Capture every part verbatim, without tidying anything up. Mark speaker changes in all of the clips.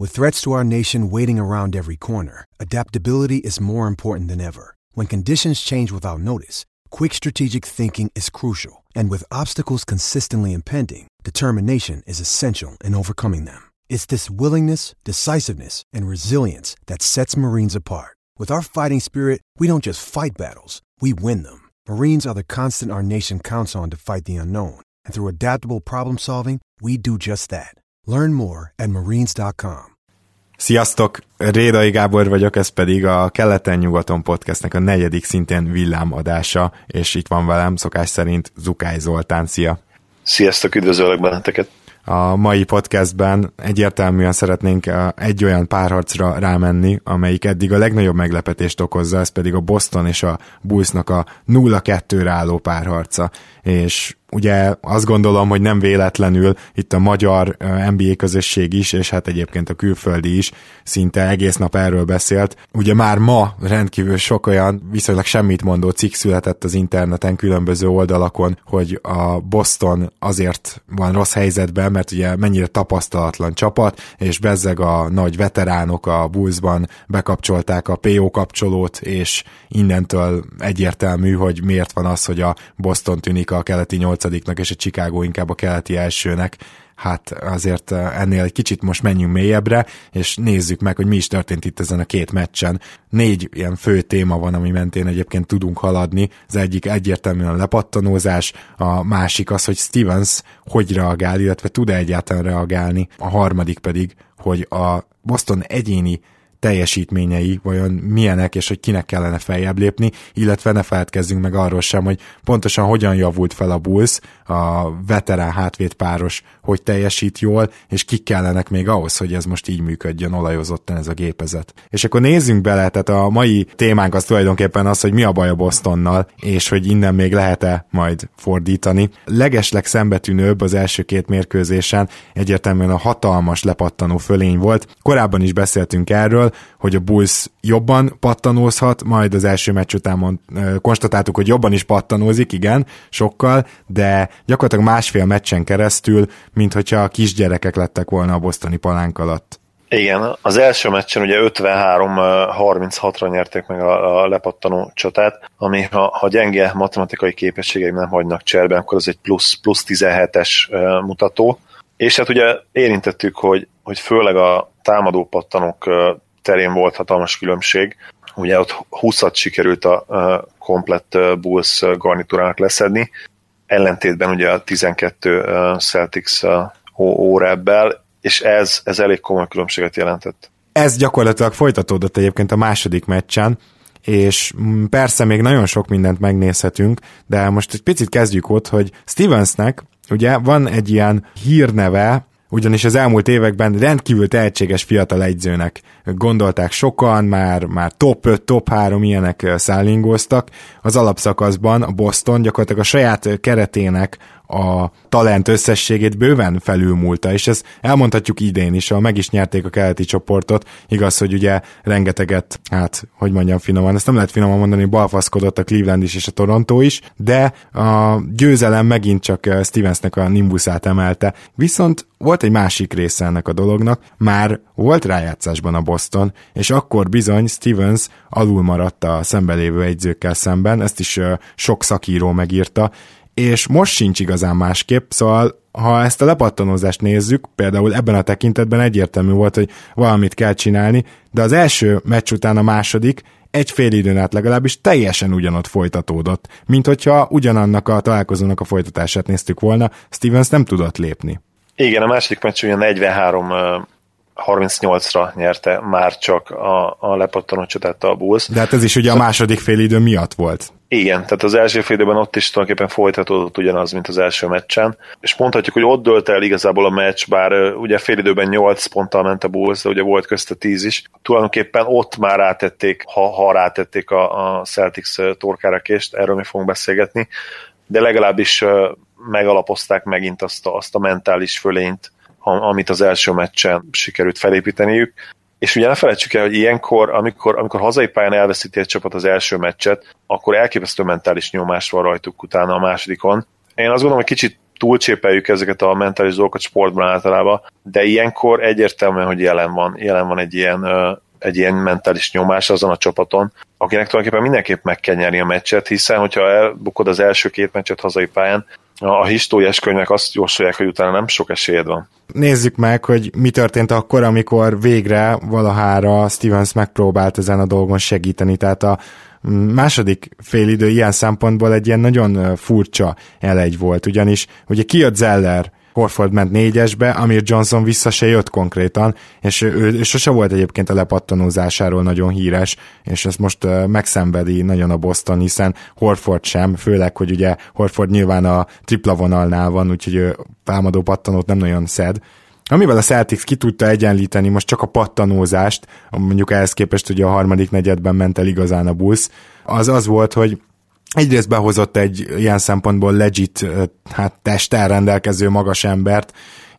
Speaker 1: With threats to our nation waiting around every corner, adaptability is more important than ever. When conditions change without notice, quick strategic thinking is crucial. And with obstacles consistently impending, determination is essential in overcoming them. It's this willingness, decisiveness, and resilience that sets Marines apart. With our fighting spirit, we don't just fight battles, we win them. Marines are the constant our nation counts on to fight the unknown. And through adaptable problem solving, we do just that. Learn more at marines dot com.
Speaker 2: Sziasztok! Rédai Gábor vagyok, ez pedig a Keleten-nyugaton podcastnek a negyedik szintén villámadása, és itt van velem szokás szerint Zukály Zoltán. Szia!
Speaker 3: Sziasztok, üdvözöllek benneteket!
Speaker 2: A mai podcastben egyértelműen szeretnénk egy olyan párharcra rámenni, amelyik eddig a legnagyobb meglepetést okozza, ez pedig a Boston és a Bullsnak a nulla kettőre álló párharca. És ugye azt gondolom, hogy nem véletlenül itt a magyar en bé á közösség is, és hát egyébként a külföldi is szinte egész nap erről beszélt. Ugye már ma rendkívül sok olyan viszonylag semmit mondó cikk született az interneten, különböző oldalakon, hogy a Boston azért van rossz helyzetben, mert ugye mennyire tapasztalatlan csapat, és bezzeg a nagy veteránok a Bullsban bekapcsolták a pé o kapcsolót, és innentől egyértelmű, hogy miért van az, hogy a Boston tűnik a keleti nyolcadiknak, és a Chicago inkább a keleti elsőnek. Hát azért ennél egy kicsit most menjünk mélyebbre, és nézzük meg, hogy mi is történt itt ezen a két meccsen. Négy ilyen fő téma van, ami mentén egyébként tudunk haladni. Az egyik egyértelműen a lepattanózás, a másik az, hogy Stevens hogy reagál, illetve tud-e egyáltalán reagálni, a harmadik pedig, hogy a Boston egyéni teljesítményei vajon milyenek, és hogy kinek kellene feljebb lépni, illetve ne feledkezzünk meg arról sem, hogy pontosan hogyan javult fel a Bulls, a veterán hátvédpáros hogy teljesít jól, és kik kellenek még ahhoz, hogy ez most így működjön olajozottan ez a gépezet. És akkor nézzünk bele, tehát a mai témánk az tulajdonképpen az, hogy mi a baj a Bostonnal, és hogy innen még lehet-e majd fordítani. Legesleg szembetűnőbb az első két mérkőzésen egyértelműen a hatalmas lepattanó fölény volt. Korábban is beszéltünk erről, hogy a Bulls jobban pattanózhat, majd az első meccs után mond, konstatáltuk, hogy jobban is pattanózik, igen, sokkal, de gyakorlatilag másfél meccsen keresztül, mint hogyha a kisgyerekek lettek volna a bostoni palánk alatt.
Speaker 3: Igen, az első meccsen ugye ötvenhárom harminchatra nyerték meg a, a lepattanó csatát, ami ha, ha gyenge matematikai képességeim nem hagynak cserben, akkor az egy plusz, plusz tizenhetes mutató. És hát ugye érintettük, hogy, hogy főleg a támadó pattanók terén volt hatalmas különbség. Ugye ott húszat sikerült a, a komplett Bulls garnitúrának leszedni, ellentétben ugye a tizenkettő Celtics órábbel, és ez, ez elég komoly különbséget jelentett.
Speaker 2: Ez gyakorlatilag folytatódott egyébként a második meccsen, és persze még nagyon sok mindent megnézhetünk, de most egy picit kezdjük ott, hogy Stevensnek ugye van egy ilyen hírneve, ugyanis az elmúlt években rendkívül tehetséges fiatal egyzőnek gondolták sokan, már, már top öt, top három ilyenek szállingóztak. Az alapszakaszban a Boston gyakorlatilag a saját keretének a talent összességét bőven felülmúlta, és ezt elmondhatjuk idén is, ahol meg is nyerték a keleti csoportot, igaz, hogy ugye rengeteget, hát, hogy mondjam finoman, ezt nem lehet finoman mondani, balfaszkodott a Cleveland is és a Toronto is, de a győzelem megint csak Stevensnek a nimbuszát emelte. Viszont volt egy másik része ennek a dolognak, már volt rájátszásban a Boston, és akkor bizony Stevens alul maradt a szembelévő egyzőkkel szemben, ezt is sok szakíró megírta, és most sincs igazán másképp, szóval ha ezt a lepattanózást nézzük, például ebben a tekintetben egyértelmű volt, hogy valamit kell csinálni, de az első meccs után a második egy fél időn át legalábbis teljesen ugyanott folytatódott, mint hogyha ugyanannak a találkozónak a folytatását néztük volna, Stevens nem tudott lépni.
Speaker 3: Igen, a második meccs ugye negyvenhárom harmincnyolcra nyerte már csak a, a lepattanó csatát a Bulls.
Speaker 2: De hát ez is ugye a második fél idő miatt volt.
Speaker 3: Igen, tehát az első fél időben ott is tulajdonképpen folytatódott ugyanaz, mint az első meccsen, és mondhatjuk, hogy ott dölt el igazából a meccs, bár ugye fél időben nyolc ponttal ment a Bulls, de ugye volt közte tíz is. Tulajdonképpen ott már rátették, ha, ha rátették a, a Celtics torkára kést, erről mi fogunk beszélgetni, de legalábbis megalapozták megint azt a, azt a mentális fölényt, amit az első meccsen sikerült felépíteniük. És ugye ne felejtsük el, hogy ilyenkor, amikor, amikor hazai pályán elveszíti egy csapat az első meccset, akkor elképesztő mentális nyomás van rajtuk utána a másodikon. Én azt gondolom, hogy kicsit túlcsépeljük ezeket a mentális dolgokat sportban általában, de ilyenkor egyértelműen, hogy jelen van, jelen van egy ilyen, egy ilyen mentális nyomás azon a csapaton, akinek tulajdonképpen mindenképp meg kell nyerni a meccset, hiszen hogyha elbukod az első két meccset hazai pályán, a históriás könyvek azt jósolják, hogy utána nem sok esélyed van.
Speaker 2: Nézzük meg, hogy mi történt akkor, amikor végre valahára Stevens megpróbált ezen a dolgon segíteni, tehát a második félidő ilyen szempontból egy ilyen nagyon furcsa elegy volt, ugyanis ugye kijött Zeller, Horford ment négyesbe, Amir Johnson vissza se jött konkrétan, és ő, ő sose volt egyébként a lepattanózásáról nagyon híres, és ezt most uh, megszenvedi nagyon a Boston, hiszen Horford sem, főleg, hogy ugye Horford nyilván a tripla vonalnál van, úgyhogy ő támadó pattanót nem nagyon szed. Amivel a Celtics ki tudta egyenlíteni most csak a pattanózást, mondjuk ehhez képest ugye a harmadik negyedben ment el igazán a Bulls, az az volt, hogy egyrészt behozott egy ilyen szempontból legit hát testtel rendelkező magas embert,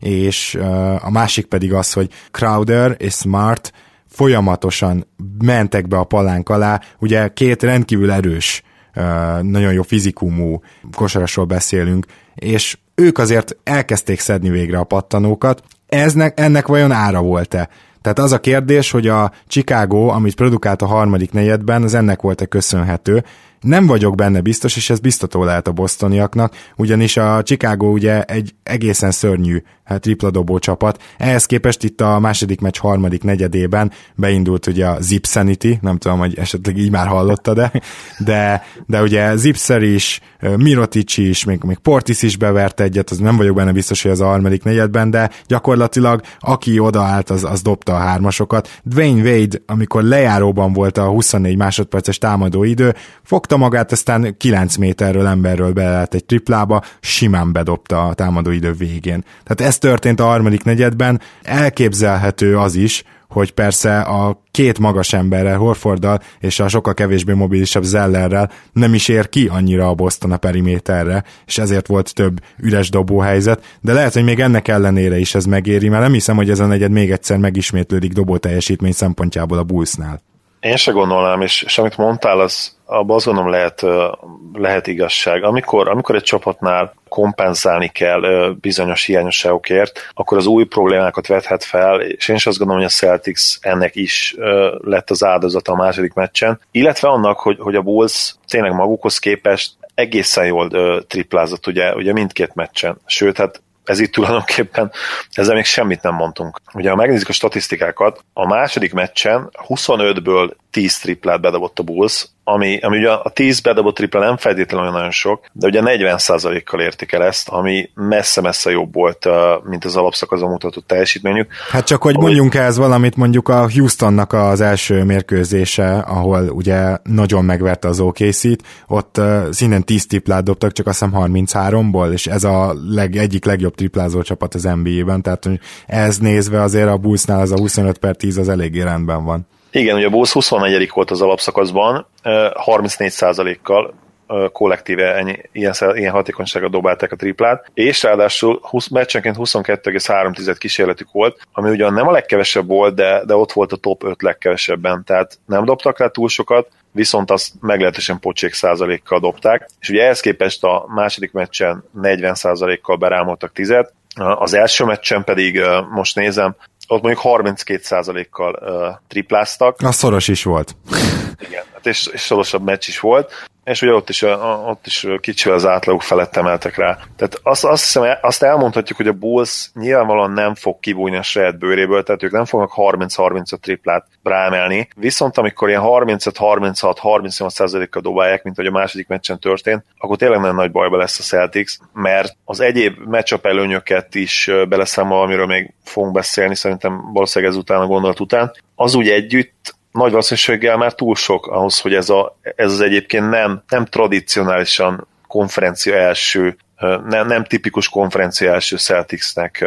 Speaker 2: és a másik pedig az, hogy Crowder és Smart folyamatosan mentek be a palánk alá, ugye két rendkívül erős, nagyon jó fizikumú kosarasról beszélünk, és ők azért elkezdték szedni végre a pattanókat. Eznek, ennek vajon ára volt-e? Tehát az a kérdés, hogy a Chicago, amit produkált a harmadik negyedben, az ennek volt-e köszönhető. Nem vagyok benne biztos, és ez biztató lehet a bostoniaknak, ugyanis a Chicago ugye egy egészen szörnyű tripladobó csapat. Ehhez képest itt a második meccs harmadik negyedében beindult ugye a Zipsanity, nem tudom, hogy esetleg így már hallotta, de, de, de ugye Zipser is, Mirotic is, még, még Portis is bevert egyet, az nem vagyok benne biztos, hogy az a harmadik negyedben, de gyakorlatilag aki odaállt, az, az dobta a hármasokat. Dwayne Wade, amikor lejáróban volt a huszonnégy másodperces támadó idő, fogta magát, aztán kilenc méterről emberről belelt egy triplába, simán bedobta a támadó idő végén. Tehát ez történt a harmadik negyedben, elképzelhető az is, hogy persze a két magas emberrel, Horforddal és a sokkal kevésbé mobilisabb Zellerrel nem is ér ki annyira a Boston a periméterre, és ezért volt több üres dobóhelyzet, de lehet, hogy még ennek ellenére is ez megéri, mert nem hiszem, hogy ez a negyed még egyszer megismétlődik dobó teljesítmény szempontjából a Bullsnál.
Speaker 3: Én se gondolnám, és, és amit mondtál, az abban azt gondolom lehet, lehet igazság. Amikor, amikor egy csapatnál kompenzálni kell bizonyos hiányosságokért, akkor az új problémákat vethet fel, és én is azt gondolom, hogy a Celtics ennek is lett az áldozata a második meccsen, illetve annak, hogy, hogy a Bulls tényleg magukhoz képest egészen jól triplázott ugye, ugye mindkét meccsen. Sőt, hát ez itt tulajdonképpen, ezzel még semmit nem mondtunk. Ugye, ha megnézzük a statisztikákat, a második meccsen huszonötből tíz triplát bedobott a Bulls, ami, ami ugye a tíz bedobott tripla nem feltétlenül nagyon sok, de ugye negyven százalékkal érték el ezt, ami messze-messze jobb volt, mint az alapszakaszon mutatott teljesítményük.
Speaker 2: Hát csak, hogy mondjunk ehhez valamit, mondjuk a Houstonnak az első mérkőzése, ahol ugye nagyon megverte az o ká cét, ott uh, színen tíz triplát dobtak, csak azt hiszem harmincháromból, és ez a leg, egyik legjobb triplázó csapat az en bé á-ben, tehát ez nézve azért a Bullsnál az a huszonöt per tíz az eléggé rendben van. Igen,
Speaker 3: ugye a Bulls huszonnegyedik volt az alapszakaszban, harmincnégy százalékkal kollektíve ennyi, ilyen, ilyen hatékonysággal dobálták a triplát, és ráadásul húsz meccsenként huszonkettő egész három kísérletük volt, ami ugyan nem a legkevesebb volt, de, de ott volt a top öt legkevesebben, tehát nem dobtak rá túl sokat, viszont azt meglehetősen pocsék százalékkal dobták, és ugye ehhez képest a második meccsen negyven százalékkal berámoltak tizet, az első meccsen pedig, most nézem, ott mondjuk harminckét százalékkal uh, tripláztak.
Speaker 2: Az szoros is volt.
Speaker 3: Igen, és, és szorosabb meccs is volt, és ugye ott is, uh, ott is kicsivel az átlaguk felett emeltek rá. Tehát azt, azt hiszem, azt elmondhatjuk, hogy a Bulls nyilvánvalóan nem fog kibújni a saját bőréből, tehát ők nem fognak harminc-harmincöt triplát ráemelni, viszont amikor ilyen harmincöt harminchat harmincnyolc százalékkal dobálják, mint hogy a második meccsen történt, akkor tényleg nagyon nagy bajba lesz a Celtics, mert az egyéb matchup előnyöket is beleszámolva, amiről még fogunk beszélni, szerintem valószínűleg ezután a gondolat után, az úgy együtt nagy valószínűséggel már túl sok ahhoz, hogy ez, a, ez az egyébként nem, nem tradicionálisan konferencia első, nem, nem tipikus konferencia első Celticsnek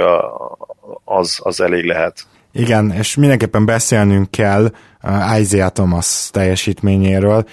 Speaker 3: az, az elég lehet.
Speaker 2: Igen, és mindenképpen beszélnünk kell Isaiah Thomas teljesítményéről.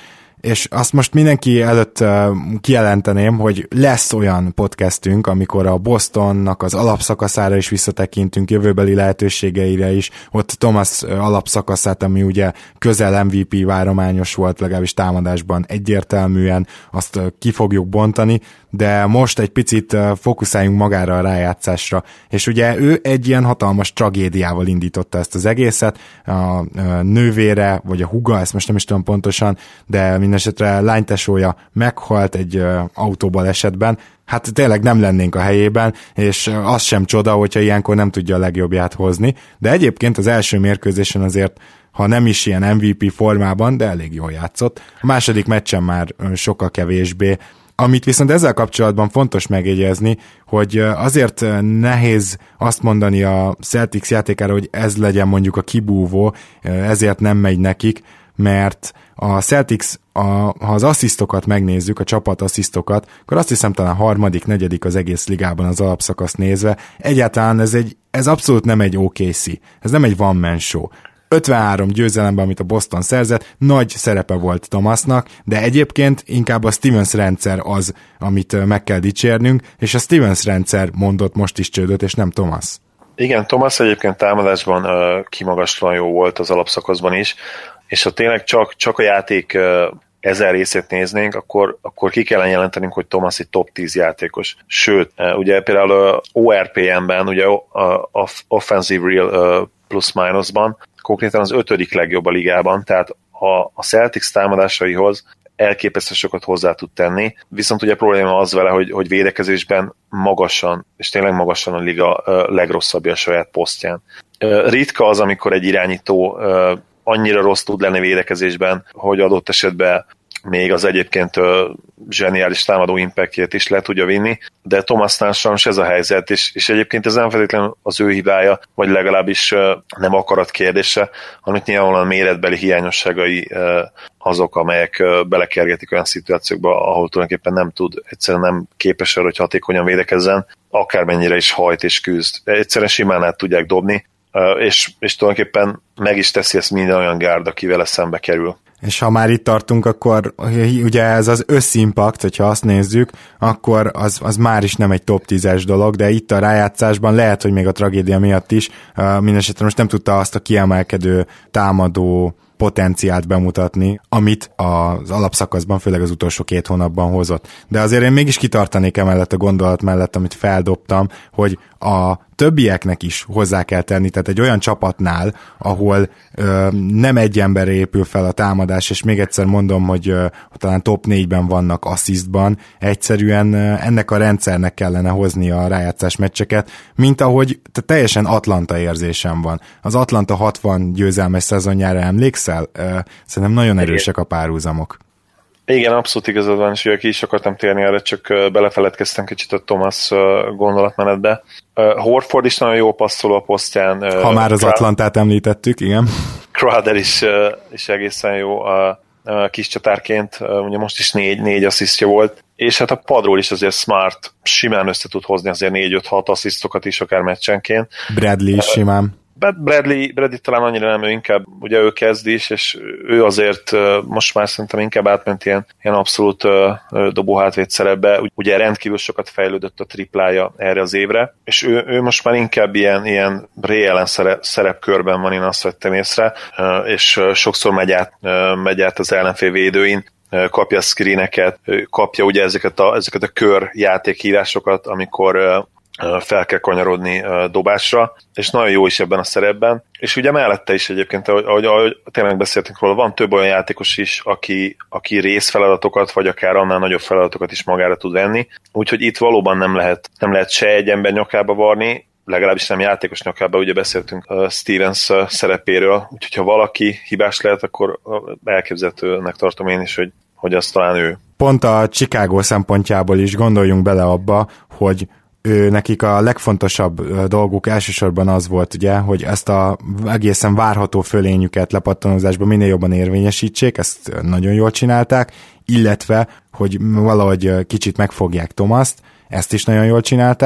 Speaker 2: és azt most mindenki előtt kijelenteném, hogy lesz olyan podcastünk, amikor a Bostonnak az alapszakaszára is visszatekintünk, jövőbeli lehetőségeire is, ott Thomas alapszakaszát, ami ugye közel em vé pé várományos volt, legalábbis támadásban egyértelműen, azt ki fogjuk bontani, de most egy picit fókuszáljunk magára a rájátszásra, és ugye ő egy ilyen hatalmas tragédiával indította ezt az egészet, a nővére, vagy a húga, ezt most nem is tudom pontosan, de mindesetre lánytesója meghalt egy autóbalesetben, hát tényleg nem lennénk a helyében, és az sem csoda, hogyha ilyenkor nem tudja a legjobbját hozni, de egyébként az első mérkőzésen azért, ha nem is ilyen em vé pé formában, de elég jól játszott. A második meccsen már sokkal kevésbé. Amit viszont ezzel kapcsolatban fontos megjegyezni, hogy azért nehéz azt mondani a Celtics játékára, hogy ez legyen mondjuk a kibúvó, ezért nem megy nekik, mert a Celtics, a, ha az asszisztokat megnézzük, a csapat asszisztokat, akkor azt hiszem talán harmadik, negyedik az egész ligában az alapszakaszt nézve. Egyáltalán ez, egy, ez abszolút nem egy o ká cé, ez nem egy one-man show. ötvenhárom győzelemben, amit a Boston szerzett, nagy szerepe volt Thomasnak, de egyébként inkább a Stevens rendszer az, amit meg kell dicsérnünk, és a Stevens rendszer mondott most is csődöt, és nem Thomas.
Speaker 3: Igen, Thomas egyébként támadásban uh, kimagaslóan jó volt az alapszakaszban is, és ha tényleg csak, csak a játék uh, ezer részét néznénk, akkor, akkor ki kellene jelentenünk, hogy Thomas egy top tíz játékos. Sőt, uh, ugye például a o er pé em-ben, ugye uh, Offensive Real uh, plusz-minuszban, konkrétan az ötödik legjobb a ligában, tehát a, a Celtics támadásaihoz elképesztő sokat hozzá tud tenni, viszont ugye a probléma az vele, hogy, hogy védekezésben magasan, és tényleg magasan a liga uh, legrosszabbja a saját posztján. Uh, ritka az, amikor egy irányító uh, annyira rossz tud lenni védekezésben, hogy adott esetben még az egyébként uh, zseniális támadó impactjét is le tudja vinni, de Thomasnál sajnos ez a helyzet, és, és egyébként ez nem feltétlenül az ő hibája, vagy legalábbis uh, nem akarat kérdése, hanem nyilvánvalóan méretbeli hiányosságai uh, azok, amelyek uh, belekergetik olyan szituációkba, ahol tulajdonképpen nem tud, egyszerűen nem képes arra, hogy hatékonyan védekezzen, akármennyire is hajt és küzd. Egyszerűen simán át tudják dobni, uh, és, és tulajdonképpen meg is teszi ezt minden olyan gárd, aki vele szembe kerül.
Speaker 2: És ha már itt tartunk, akkor ugye ez az összimpact, hogyha azt nézzük, akkor az, az már is nem egy top tízes dolog, de itt a rájátszásban lehet, hogy még a tragédia miatt is, uh, mindesetre most nem tudta azt a kiemelkedő támadó potenciált bemutatni, amit az alapszakaszban, főleg az utolsó két hónapban hozott. De azért én mégis kitartanék emellett a gondolat mellett, amit feldobtam, hogy a többieknek is hozzá kell tenni, tehát egy olyan csapatnál, ahol ö, nem egy emberre épül fel a támadás, és még egyszer mondom, hogy ö, talán top négyben vannak asszisztban, egyszerűen ö, ennek a rendszernek kellene hozni a rájátszás meccseket, mint ahogy tehát teljesen Atlanta érzésem van. Az Atlanta hatvan győzelmes szezonjára emlékszel? Ö, szerintem nagyon erősek a párhuzamok.
Speaker 3: Igen, abszolút igazad van, és ugye ki is akartam térni erre, csak belefeledkeztem kicsit a Thomas gondolatmenetbe. Horford is nagyon jó passzoló a posztján.
Speaker 2: Ha már az Crowder, Atlantát említettük, igen.
Speaker 3: Crowder is, is egészen jó a kis csatárként, ugye most is négy, négy asszisztja volt, és hát a padról is azért Smart simán össze tud hozni azért négy öt hat asszisztokat is akár meccsenként.
Speaker 2: Bradley is simán.
Speaker 3: Bradley, Bradley talán annyira nem, ő inkább, ugye ő kezd is, és ő azért most már szerintem inkább átment ilyen, ilyen abszolút dobóhátvéd szerepbe, ugye rendkívül sokat fejlődött a triplája erre az évre, és ő, ő most már inkább ilyen, ilyen Ray Allen szerep, szerepkörben van, én azt vettem észre, és sokszor megy át, megy át az ellenfél védőin, kapja a screeneket, kapja ugye ezeket a, ezeket a kör játékhívásokat, amikor fel kell kanyarodni dobásra, és nagyon jó is ebben a szerepben, és ugye mellette is egyébként, ahogy, ahogy, ahogy tényleg beszéltünk róla, van több olyan játékos is, aki, aki részfeladatokat, vagy akár annál nagyobb feladatokat is magára tud venni, úgyhogy itt valóban nem lehet, nem lehet se egy ember nyakába varni, legalábbis nem játékos nyakába, ugye beszéltünk uh, Stevens uh, szerepéről, úgyhogy ha valaki hibás lehet, akkor elképzelhetőnek tartom én is, hogy, hogy az talán ő.
Speaker 2: Pont a Chicago szempontjából is gondoljunk bele abba, hogy ő, nekik a legfontosabb dolguk elsősorban az volt, ugye, hogy ezt a egészen várható fölényüket lepattanózásban minél jobban érvényesítsék, ezt nagyon jól csinálták, illetve, hogy valahogy kicsit megfogják Thomast, ezt is nagyon jól csinálták,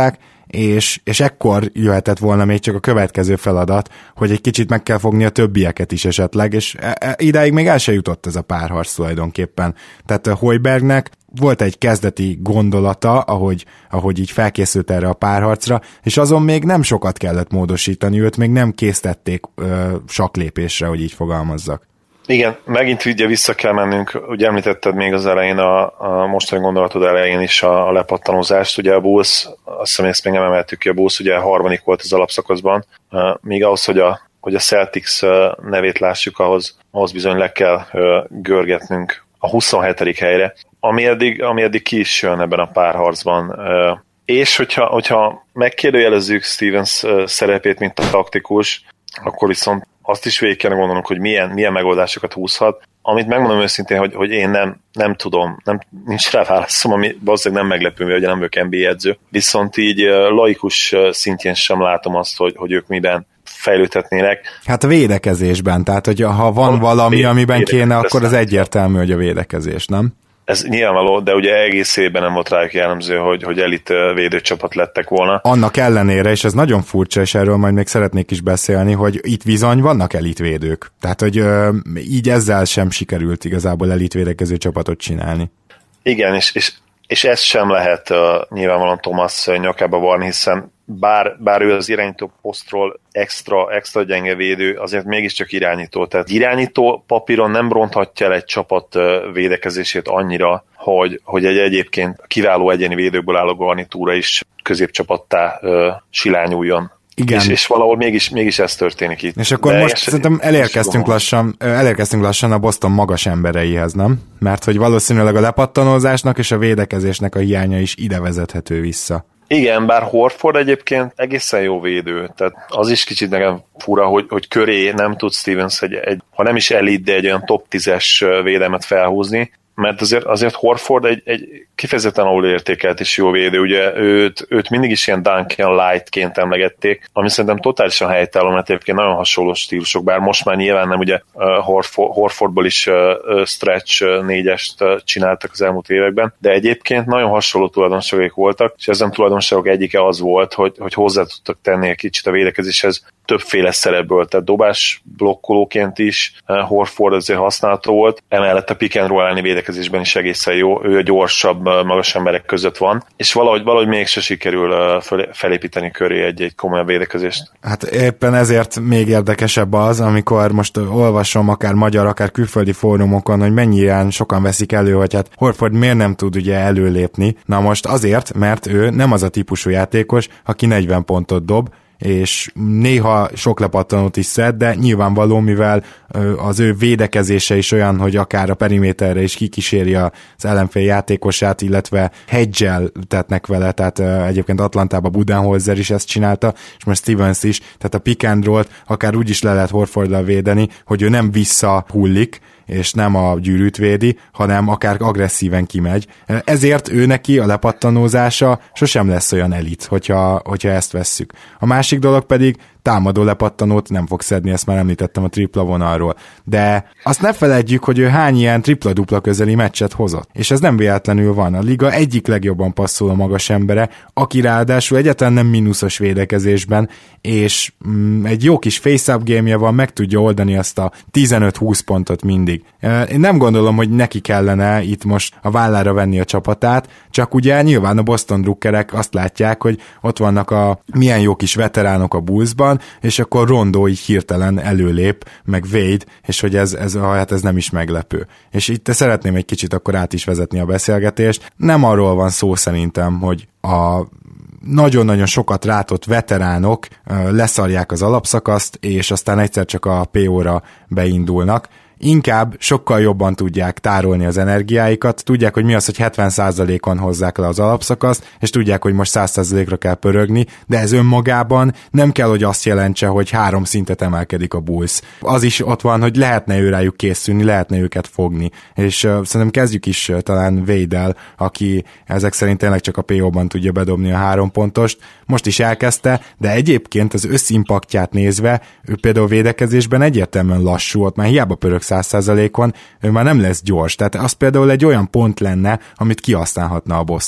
Speaker 2: és, és ekkor jöhetett volna még csak a következő feladat, hogy egy kicsit meg kell fogni a többieket is esetleg, és e, e, idáig még el se jutott ez a párharc tulajdonképpen. Tehát a Højbjergnek volt egy kezdeti gondolata, ahogy, ahogy így felkészült erre a párharcra, és azon még nem sokat kellett módosítani, őt még nem késztették ö, saklépésre, hogy így fogalmazzak.
Speaker 3: Igen, megint ugye vissza kell mennünk, ugye említetted még az elején, a, a mostani gondolatod elején is a, a lepattanózást, ugye a Bulls, azt hiszem ezt még nem emeltük ki, a Bulls ugye a harmadik volt az alapszakaszban, még ahhoz, hogy a, hogy a Celtics nevét lássuk, ahhoz, ahhoz bizony le kell görgetnünk a huszonhetedik helyre, ami eddig, ami eddig ki is jön ebben a párharcban. És hogyha, hogyha megkérdőjelezzük Stevens szerepét, mint a taktikus, akkor viszont azt is végig kell gondolnunk, hogy milyen, milyen megoldásokat húzhat, amit megmondom őszintén, hogy, hogy én nem, nem tudom, nem, nincs rá válaszom, ami valószínűleg nem meglepő, mivel ugye nem vagyok en bé á edző, viszont így laikus szintjén sem látom azt, hogy, hogy ők miben fejlődhetnének.
Speaker 2: Hát a védekezésben, tehát hogy ha van a valami, amiben kéne, akkor az egyértelmű, hogy a védekezés, nem?
Speaker 3: Ez nyilvánvaló, de ugye egész évben nem volt rájuk jellemző, hogy, hogy elit védőcsapat lettek volna.
Speaker 2: Annak ellenére, és ez nagyon furcsa, és erről majd még szeretnék is beszélni, hogy itt bizony vannak elitvédők. Tehát, hogy ö, így ezzel sem sikerült igazából elitvédekező csapatot csinálni.
Speaker 3: Igen, és, és, és ez sem lehet uh, nyilvánvalóan Thomas nyakába varni, hiszen bár, bár ő az irányító posztról extra, extra gyenge védő, azért mégiscsak irányító. Tehát irányító papíron nem ronthatja el egy csapat védekezését annyira, hogy, hogy egy egyébként kiváló egyéni védőkből álló garnitúra is középcsapattá uh, silányuljon.
Speaker 2: Igen.
Speaker 3: És, és valahol mégis, mégis ez történik itt.
Speaker 2: És akkor de most szerintem elérkeztünk lassan, elérkeztünk lassan a Boston magas embereihez, nem? Mert hogy valószínűleg a lepattanózásnak és a védekezésnek a hiánya is ide vezethető vissza.
Speaker 3: Igen, bár Horford egyébként egészen jó védő, tehát az is kicsit nekem fura, hogy, hogy köré nem tud Stevens egy, egy, ha nem is elit, de egy olyan top tízes védelmet felhúzni, mert azért, azért Horford egy, egy kifejezetten alulértékelt és jó védő, ugye őt, őt mindig is ilyen Duncan Light-ként emlegették, ami szerintem totálisan helytálló, mert egyébként nagyon hasonló stílusok, bár most már nyilván nem ugye Horford, Horfordból is stretch négyest csináltak az elmúlt években, de egyébként nagyon hasonló tulajdonságok voltak, és ezen tulajdonságok egyike az volt, hogy, hogy hozzá tudtak tenni egy kicsit a védekezéshez többféle szerepből, tehát dobás blokkolóként is Horford azért használható volt, emellett a pick and roll elleni védekezésben is egészen jó, ő a gyorsabb, magas emberek között van, és valahogy, valahogy mégse sikerül felépíteni köré egy-egy komolyabb védekezést.
Speaker 2: Hát éppen ezért még érdekesebb az, amikor most olvasom akár magyar, akár külföldi fórumokon, hogy mennyire sokan veszik elő, hogy hát Horford miért nem tud ugye előlépni. Na most azért, mert ő nem az a típusú játékos, aki negyven pontot dob, és néha sok lepattanót is szed, de nyilvánvaló, mivel az ő védekezése is olyan, hogy akár a periméterre is kikíséri az ellenfél játékosát, illetve hedge-el tetnek vele, tehát egyébként Atlantában Budenholzer is ezt csinálta, és most Stevens is, tehát a pick and roll-t akár úgy is le lehet Horforddal védeni, hogy ő nem visszahullik, és nem a gyűrűt védi, hanem akár agresszíven kimegy. Ezért ő neki a lepattanózása sosem lesz olyan elit, hogyha, hogyha ezt vesszük. A másik dolog pedig támadó lepattanót nem fog szedni, ezt már említettem a tripla vonalról. De azt ne feledjük, hogy ő hány ilyen tripla-dupla közeli meccset hozott. És ez nem véletlenül van. A liga egyik legjobban passzoló magas embere, aki ráadásul egyáltalán nem mínuszos védekezésben, és mm, egy jó kis face-up game-je van, meg tudja oldani azt a tizenöt-húsz pontot mindig. Én nem gondolom, hogy neki kellene itt most a vállára venni a csapatát, csak ugye nyilván a Boston drukkerek azt látják, hogy ott vannak a milyen jó kis veteránok a Bullsban, és akkor Rondo így hirtelen előlép, meg Wade, és hogy ez, ez, hát ez nem is meglepő. És itt szeretném egy kicsit akkor át is vezetni a beszélgetést. Nem arról van szó szerintem, hogy a nagyon-nagyon sokat rátott veteránok leszarják az alapszakaszt, és aztán egyszer csak a pé ó-ra beindulnak. Inkább sokkal jobban tudják tárolni az energiáikat, tudják, hogy mi az, hogy hetven százalékon hozzák le az alapszakaszt, és tudják, hogy most száz százalékra kell pörögni, de ez önmagában nem kell, hogy azt jelentse, hogy három szintet emelkedik a Bulls. Az is ott van, hogy lehetne ő rájuk készülni, lehetne őket fogni. És uh, szerintem kezdjük is uh, talán Wade-el, aki ezek szerint tényleg csak a pé ó-ban tudja bedobni a három pontost. Most is elkezdte, de egyébként az összimpaktját nézve, ő például védekezésben egyértelműen lassú, ott már hiába pörög száz százalékon, ő már nem lesz gyors. Tehát az például egy olyan pont lenne, amit kihasználhatna a Boston.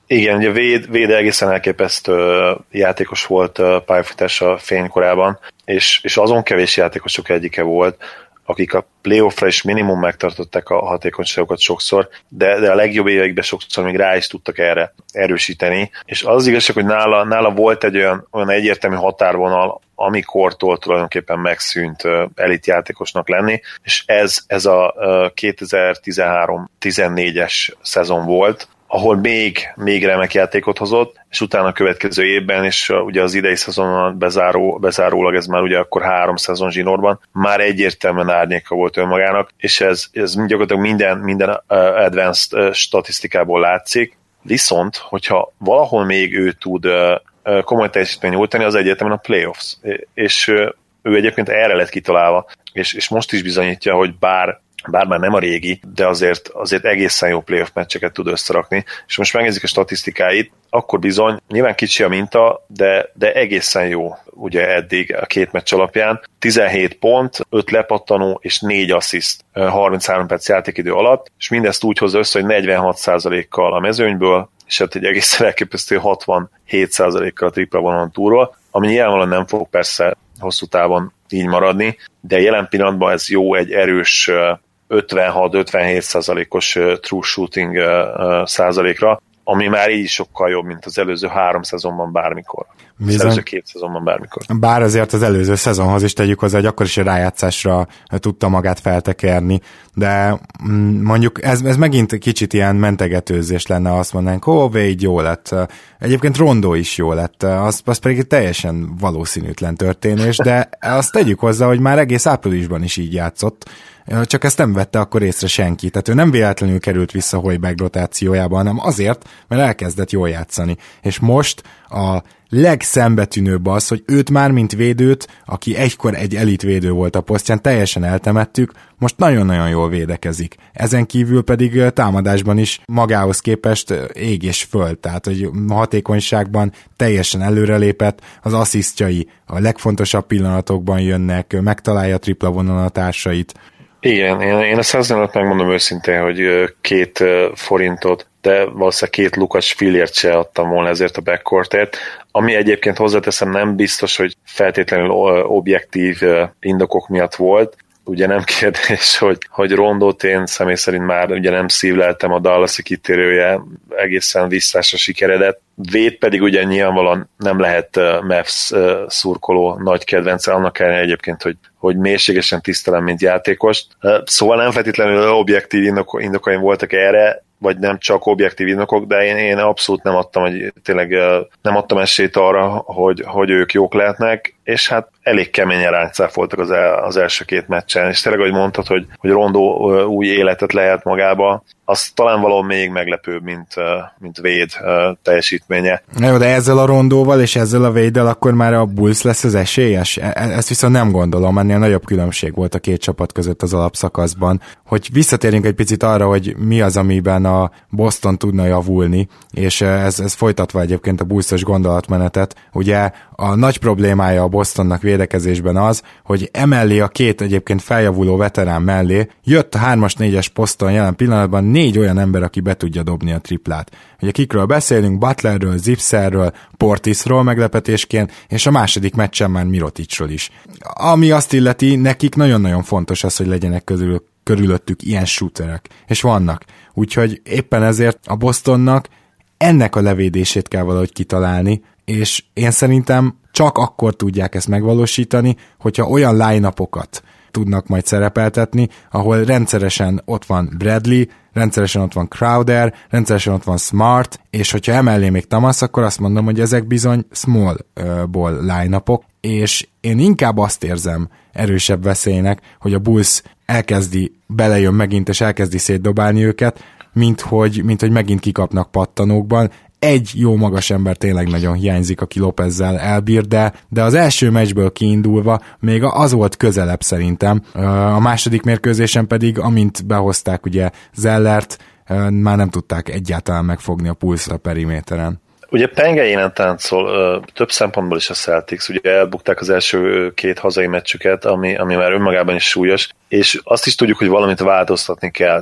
Speaker 3: Igen, ugye Wade, Wade egészen elképesztő játékos volt pályafutása fénykorában, és, és azon kevés játékosok egyike volt, akik a playoffra is minimum megtartották a hatékonyságokat sokszor, de, de a legjobb években sokszor még rá is tudtak erre erősíteni, és az, az igazság, hogy nála, nála volt egy olyan, olyan egyértelmű határvonal, amikortól tulajdonképpen megszűnt elitjátékosnak lenni, és ez, ez a kétezer-tizenhárom tizennégyes szezon volt, ahol még, még remek játékot hozott, és utána a következő évben, és ugye az idei szezonon bezáró, bezárólag ez már ugye akkor három szezon zsinórban, már egyértelműen árnyéka volt önmagának, és ez, ez gyakorlatilag minden, minden advanced statisztikából látszik, viszont, hogyha valahol még ő tud komoly teljesítmény nyújtani, az egyértelműen a playoffs, és ő egyébként erre lett kitalálva, és, és most is bizonyítja, hogy bár bár már nem a régi, de azért, azért egészen jó playoff meccseket tud összerakni, és most megnézzük a statisztikáit, akkor bizony, nyilván kicsi a minta, de, de egészen jó ugye eddig a két meccs alapján. tizenhét pont, öt lepattanó és négy assziszt harminchárom perc játékidő alatt, és mindezt úgy hozza össze, hogy negyvenhat százalékkal a mezőnyből, és hát egy egészen elképesztő hatvanhét százalékkal a tripla vonalon túlról, ami nyilvánvalóan nem fog persze hosszú távon így maradni, de jelen pillanatban ez jó, egy erős ötvenhat-ötvenhét százalékos true shooting százalékra, ami már így sokkal jobb, mint az előző három szezonban bármikor. Az előző két szezonban bármikor.
Speaker 2: Bár azért az előző szezonhoz is tegyük hozzá, hogy akkor is a rájátszásra tudta magát feltekerni, de mondjuk ez, ez megint kicsit ilyen mentegetőzés lenne, azt mondanánk, ó, Wade jó lett. Egyébként Rondo is jó lett, az, az pedig teljesen valószínűtlen történés, de azt tegyük hozzá, hogy már egész áprilisban is így játszott, csak ezt nem vette akkor észre senki. Tehát ő nem véletlenül került vissza Hoiberg rotációjába, hanem azért, mert elkezdett jól játszani. És most a legszembetűnőbb az, hogy őt már, mint védőt, aki egykor egy elitvédő volt a posztján, teljesen eltemettük, most nagyon-nagyon jól védekezik. Ezen kívül pedig támadásban is magához képest ég és föld, tehát hogy hatékonyságban teljesen előrelépett, az asszisztjai a legfontosabb pillanatokban jönnek, megtalálja a tripla vonalatársait.
Speaker 3: Igen, én, én a szezonat megmondom őszintén, hogy két forintot, de valószínűleg két Lukas fillért se adtam volna ezért a backcourtért, ami egyébként hozzáteszem nem biztos, hogy feltétlenül objektív indokok miatt volt. Ugye nem kérdés, hogy, hogy Rondót én személy szerint már ugye nem szívleltem, a Dallas-i kitérője egészen visszásra sikeredett. Wade pedig ugye nyilvánvalóan nem lehet Mavs szurkoló nagy kedvence, annak ellenére egyébként, hogy, hogy mélységesen tisztelem, mint játékost. Szóval nem feltétlenül objektív indok, indokaim voltak erre, vagy nem csak objektív indokok, de én, én abszolút nem adtam, hogy tényleg nem adtam esélyt arra, hogy, hogy ők jók lehetnek, és hát elég keményen ráncáfoltak az, el, az első két meccsen, és tényleg, hogy mondtad, hogy, hogy Rondo új életet lehet magába, az talán valahol még meglepőbb, mint, mint Wade teljesítménye.
Speaker 2: Jó, de ezzel a Rondóval és ezzel a Wade-del akkor már a Bulls lesz az esélyes? Ezt viszont nem gondolom, ennél nagyobb különbség volt a két csapat között az alapszakaszban. Hogy visszatérjünk egy picit arra, hogy mi az, amiben a Boston tudna javulni, és ez, ez folytatva egyébként a Bulls-os gondolatmenetet. Ugye a nagy problémája a Bostonnak védekezésben az, hogy emellé a két egyébként feljavuló veterán mellé jött a hármas-négyes poszton jelen pillanatban négy olyan ember, aki be tudja dobni a triplát. Ugye kikről beszélünk, Butlerről, Zipserről, Portisról meglepetésként, és a második meccsen már Miroticsról is. Ami azt illeti, nekik nagyon-nagyon fontos az, hogy legyenek közül, körülöttük ilyen shooterek, és vannak. Úgyhogy éppen ezért a Bostonnak ennek a levédését kell valahogy kitalálni, és én szerintem csak akkor tudják ezt megvalósítani, hogyha olyan line-upokat tudnak majd szerepeltetni, ahol rendszeresen ott van Bradley, rendszeresen ott van Crowder, rendszeresen ott van Smart, és hogyha emellé még Thomas, akkor azt mondom, hogy ezek bizony small ball line-upok, és én inkább azt érzem erősebb veszélynek, hogy a Bulls elkezdi, belejön megint, és elkezdi szétdobálni őket, mint hogy, mint hogy megint kikapnak pattanókban. Egy jó magas ember tényleg nagyon hiányzik, aki Lopezzel elbír, de, de az első meccsből kiindulva még az volt közelebb szerintem. A második mérkőzésen pedig, amint behozták ugye Zellert, már nem tudták egyáltalán megfogni a pulszra periméteren.
Speaker 3: Ugye Penge élen táncol több szempontból is a Celtics, ugye elbukták az első két hazai meccsüket, ami, ami már önmagában is súlyos, és azt is tudjuk, hogy valamit változtatni kell, tehát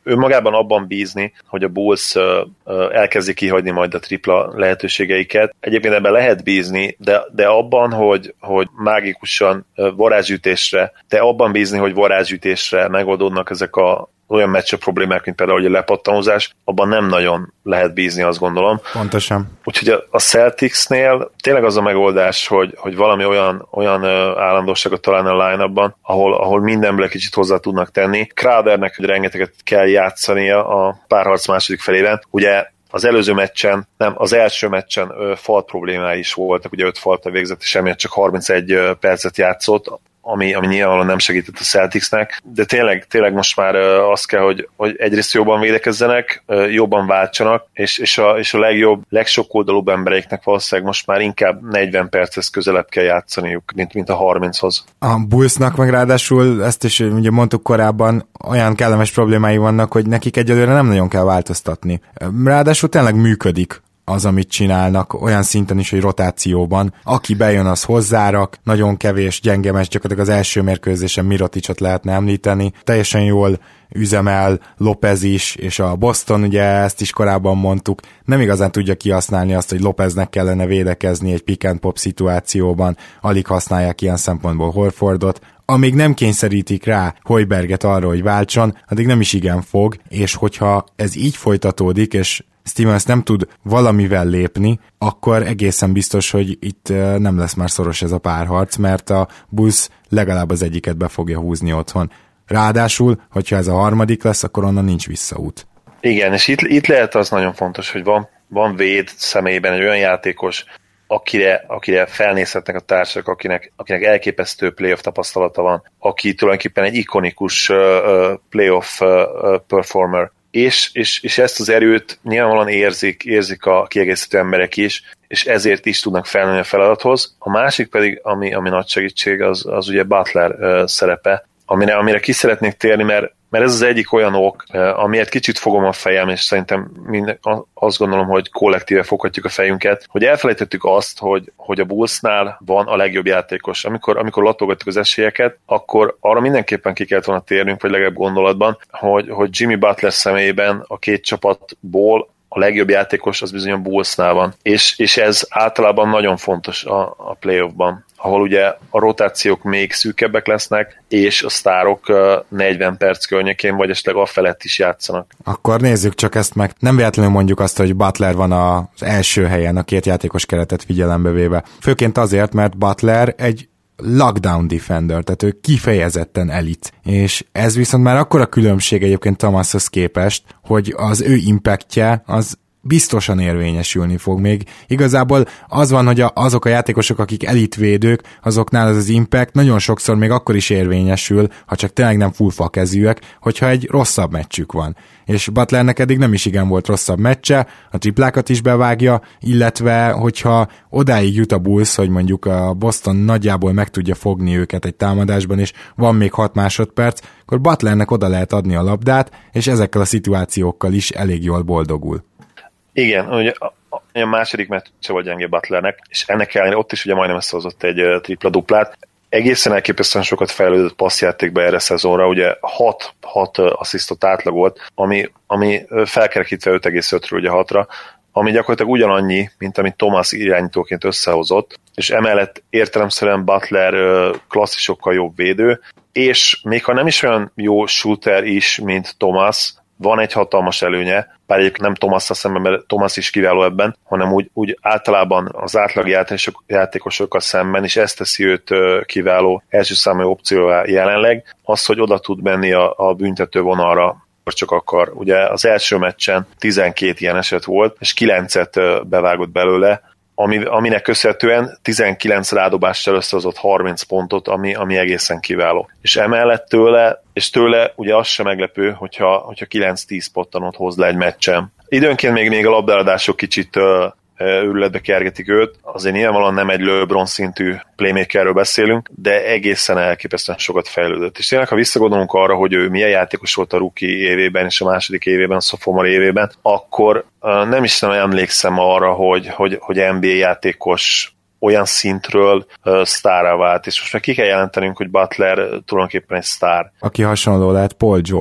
Speaker 3: önmagában abban bízni, hogy a Bulls elkezdi kihagyni majd a tripla lehetőségeiket. Egyébként ebben lehet bízni, de, de abban, hogy, hogy mágikusan varázsütésre, de abban bízni, hogy varázsütésre megoldódnak ezek a olyan meccs problémák, mint például a lepattanózás, abban nem nagyon lehet bízni, azt gondolom.
Speaker 2: Pontosan.
Speaker 3: Úgyhogy a Celticsnél tényleg az a megoldás, hogy, hogy valami olyan, olyan állandóságot találni a line-upban, ahol, ahol mindenből kicsit hozzá tudnak tenni. Crowdernek rengeteget kell játszania a párharc második felében. Ugye az előző meccsen, nem, az első meccsen ö, falt problémái is voltak, ugye öt falta végzett, és emiatt csak harmincegy percet játszott, ami, ami nyilvánvalóan nem segített a Celticsnek, de tényleg, tényleg most már uh, az kell, hogy, hogy egyrészt jobban védekezzenek, uh, jobban váltsanak, és, és, a, és a legjobb, legsokkoldalúbb embereiknek valószínűleg most már inkább negyven perchez közelebb kell játszaniuk, mint, mint a harminchoz.
Speaker 2: A Bullsnak meg ráadásul, ezt is ugye mondtuk korábban, olyan kellemes problémái vannak, hogy nekik egyelőre nem nagyon kell változtatni. Ráadásul tényleg működik az, amit csinálnak, olyan szinten is, hogy rotációban. Aki bejön, az hozzárak, nagyon kevés gyengemes, gyakorlatilag az első mérkőzésen Miroticsot lehetne említeni. Teljesen jól üzemel Lopez is, és a Boston, ugye ezt is korábban mondtuk, nem igazán tudja kihasználni azt, hogy Lopeznek kellene védekezni egy pick and pop szituációban, alig használják ilyen szempontból Horfordot. Amíg nem kényszerítik rá Hoiberget arra, hogy váltson, addig nem is igen fog, és hogyha ez így folytatódik, és Stevens nem tud valamivel lépni, akkor egészen biztos, hogy itt nem lesz már szoros ez a párharc, mert a Bulls legalább az egyiket be fogja húzni otthon. Ráadásul, hogyha ez a harmadik lesz, akkor onnan nincs visszaút.
Speaker 3: Igen, és itt, itt lehet az nagyon fontos, hogy van, van Wade személyében egy olyan játékos, akire, akire felnézhetnek a társak, akinek, akinek elképesztő playoff tapasztalata van, aki tulajdonképpen egy ikonikus uh, playoff uh, performer, és, és, és ezt az erőt nyilvánvalóan érzik, érzik a kiegészítő emberek is, és ezért is tudnak felnőni a feladathoz. A másik pedig, ami, ami nagy segítség, az, az ugye Butler uh, szerepe, amire, amire ki szeretnék térni, mert, mert ez az egyik olyan ok, amiért kicsit fogom a fejem, és szerintem mind, azt gondolom, hogy kollektíve foghatjuk a fejünket, hogy elfelejtettük azt, hogy, hogy a Bullsnál van a legjobb játékos. Amikor, amikor latolgattuk az esélyeket, akkor arra mindenképpen ki kellett volna térnünk, vagy legalább gondolatban, hogy, hogy Jimmy Butler személyében a két csapatból a legjobb játékos az bizony a Bullsnál van. És, és ez általában nagyon fontos a, a playoffban, ahol ugye a rotációk még szűkebbek lesznek, és a sztárok negyven perc környékén, vagy esetleg a felett is játszanak.
Speaker 2: Akkor nézzük csak ezt meg. Nem véletlenül mondjuk azt, hogy Butler van az első helyen a két játékos keretet figyelembe véve. Főként azért, mert Butler egy lockdown defender, tehát ő kifejezetten elit. És ez viszont már akkora különbség egyébként Thomashoz képest, hogy az ő impactje az biztosan érvényesülni fog még. Igazából az van, hogy a, azok a játékosok, akik elitvédők, azoknál az az impact nagyon sokszor még akkor is érvényesül, ha csak tényleg nem full fakezűek, hogyha egy rosszabb meccsük van. És Butlernek eddig nem is igen volt rosszabb meccse, a triplákat is bevágja, illetve hogyha odáig jut a Bulls, hogy mondjuk a Boston nagyjából meg tudja fogni őket egy támadásban, és van még hat másodperc, akkor Butlernek oda lehet adni a labdát, és ezekkel a szituációkkal is elég jól boldogul.
Speaker 3: Igen, ugye a második meccse volt gyenge Butlernek, és ennek ellenére ott is ugye majdnem összehozott egy tripla-duplát. Egészen elképesztően sokat fejlődött passzjátékba erre szezonra, ugye hat, hat asszisztot átlagolt, ami, ami felkerekítve öt egész ötről ugye hatra, ami gyakorlatilag ugyanannyi, mint amit Thomas irányítóként összehozott, és emellett értelemszerűen Butler klasszisokkal jobb védő, és még ha nem is olyan jó shooter is, mint Thomas, van egy hatalmas előnye, bár egyébként nem Thomasszal szemben, mert Thomas is kiváló ebben, hanem úgy, úgy általában az átlag játékosok, játékosokkal szemben, és ezt teszi őt kiváló első számú opcióvá jelenleg, az, hogy oda tud menni a, a büntető vonalra, csak akar. Ugye az első meccsen tizenkét ilyen eset volt, és kilencet bevágott belőle, ami, aminek köszönhetően tizenkilenc rádobással összehozott harminc pontot, ami, ami egészen kiváló. És emellett tőle, és tőle ugye az sem meglepő, hogyha, hogyha kilenc-tíz pottanot hoz le egy meccsen. Időnként még, még a labdaadások kicsit őrületbe kergetik őt, azért nyilvánvalóan nem egy LeBron szintű playmakerről beszélünk, de egészen elképesztően sokat fejlődött. És tényleg, ha visszagondolunk arra, hogy ő milyen játékos volt a rookie évében és a második évében, a sophomore évében, akkor nem is nem emlékszem arra, hogy, hogy, hogy en bé á játékos olyan szintről uh, sztárra vált, és most meg ki kell jelentenünk, hogy Butler tulajdonképpen egy sztár.
Speaker 2: Aki hasonló lehet Paul George.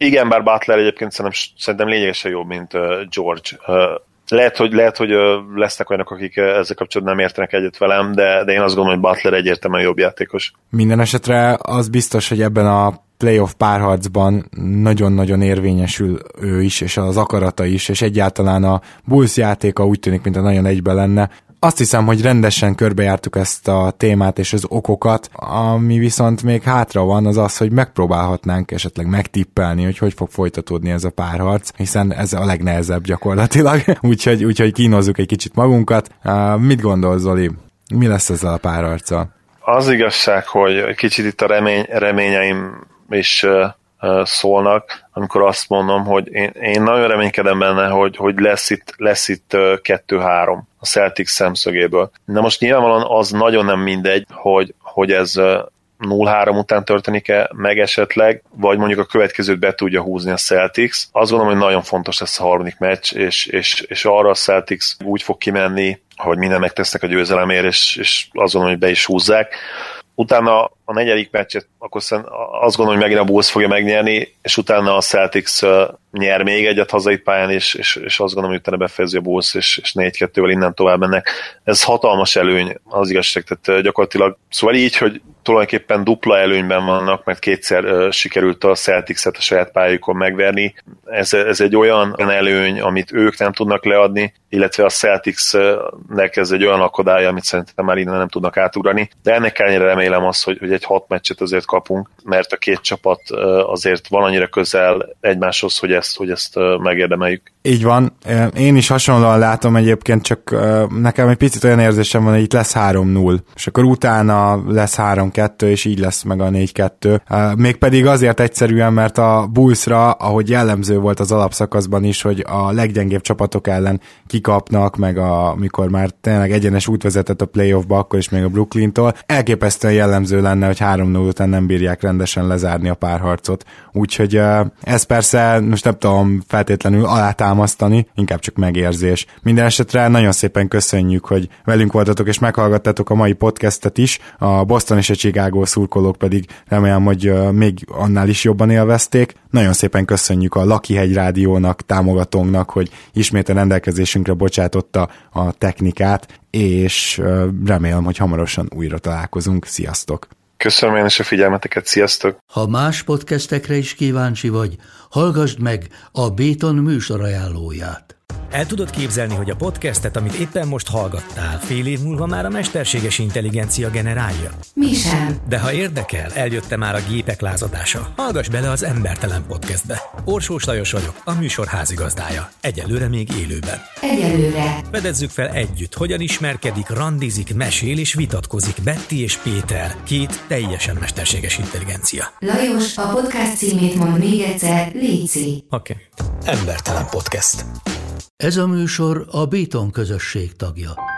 Speaker 3: Igen, bár Butler egyébként szerintem, szerintem lényegesen jobb, mint George. Lehet, hogy, lehet, hogy lesznek olyanok, akik ezzel kapcsolatban nem értenek egyet velem, de, de én azt gondolom, hogy Butler egyértelműen jobb játékos.
Speaker 2: Minden esetre az biztos, hogy ebben a playoff párharcban nagyon-nagyon érvényesül ő is, és az akarata is, és egyáltalán a Bulls játéka úgy tűnik, mint a nagyon egybe lenne. Azt hiszem, hogy rendesen körbejártuk ezt a témát és az okokat, ami viszont még hátra van, az az, hogy megpróbálhatnánk esetleg megtippelni, hogy hogy fog folytatódni ez a párharc, hiszen ez a legnehezebb gyakorlatilag, úgyhogy, úgyhogy kínozzuk egy kicsit magunkat. Uh, mit gondolsz, Zoli? Mi lesz ezzel a párharccal?
Speaker 3: Az igazság, hogy kicsit itt a remény, reményeim is uh, uh, szólnak, amikor azt mondom, hogy én, én nagyon reménykedem benne, hogy, hogy lesz itt, lesz itt uh, kettő-három a Celtics szemszögéből. Na most nyilvánvalóan az nagyon nem mindegy, hogy, hogy ez uh, nulla három után történik-e meg esetleg, vagy mondjuk a következőt be tudja húzni a Celtics. Azt gondolom, hogy nagyon fontos lesz a harmadik meccs, és, és, és arra a Celtics úgy fog kimenni, hogy minden megtesznek a győzelemért, és, és azt gondolom, hogy be is húzzák. Utána a negyedik meccset, akkor azt gondolom, hogy megint a Bulls fogja megnyerni, és utána a Celtics nyer még egyet hazai pályán, és, és, és azt gondolom, hogy utána befejezi a Bulls, és, és négy kettővel innen tovább mennek. Ez hatalmas előny az igazság, tehát gyakorlatilag, szóval így, hogy tulajdonképpen dupla előnyben vannak, mert kétszer uh, sikerült a Celtics-et a saját pályájukon megverni. Ez, ez egy olyan előny, amit ők nem tudnak leadni, illetve a Celtics-nek ez egy olyan akadály, amit szerintem már innen nem tudnak átugrani. De ennek ellenére remélem azt, hogy, hogy egy hat meccset azért kapunk, mert a két csapat uh, azért van annyira közel egymáshoz, hogy ezt, hogy ezt uh, megérdemeljük.
Speaker 2: Így van. Én is hasonlóan látom egyébként, csak nekem egy picit olyan érzésem van, hogy itt lesz három null, és akkor utána lesz három kettő, és így lesz meg a négy kettő. Mégpedig azért egyszerűen, mert a Bullsra, ahogy jellemző volt az alapszakaszban is, hogy a leggyengébb csapatok ellen kikapnak, meg a, amikor már tényleg egyenes út vezetett a playoffba, akkor is még a Brooklyntól, elképesztően jellemző lenne, hogy három null után nem bírják rendesen lezárni a párharcot. Úgyhogy ez persze, most nem tudom feltétlenül alátámasztani, inkább csak megérzés. Minden esetre nagyon szépen köszönjük, hogy velünk voltatok és meghallgattatok a mai podcastet is, a Boston és a Chicago szurkolók pedig remélem, hogy még annál is jobban élvezték. Nagyon szépen köszönjük a Lakihegy Rádiónak, támogatónknak, hogy ismét a rendelkezésünkre bocsátotta a technikát, és remélem, hogy hamarosan újra találkozunk. Sziasztok!
Speaker 3: Köszönöm én is a figyelmeteket, sziasztok!
Speaker 4: Ha más podcastekre is kíváncsi vagy, hallgassd meg a Béton műsor ajánlóját.
Speaker 5: El tudod képzelni, hogy a podcastet, amit éppen most hallgattál, fél év múlva már a mesterséges intelligencia generálja?
Speaker 6: Mi sem.
Speaker 5: De ha érdekel, eljött már a gépek lázadása. Hallgass bele az Embertelen Podcastbe. Orsós Lajos vagyok, a műsor házigazdája. Egyelőre még élőben.
Speaker 6: Egyelőre.
Speaker 5: Fedezzük fel együtt, hogyan ismerkedik, randizik, mesél és vitatkozik Betty és Péter, két teljesen mesterséges intelligencia.
Speaker 6: Lajos, a podcast címét mond még egyszer, léci.
Speaker 5: Oké. Okay. Embertelen Podcast.
Speaker 4: Ez a műsor a Béton közösség tagja.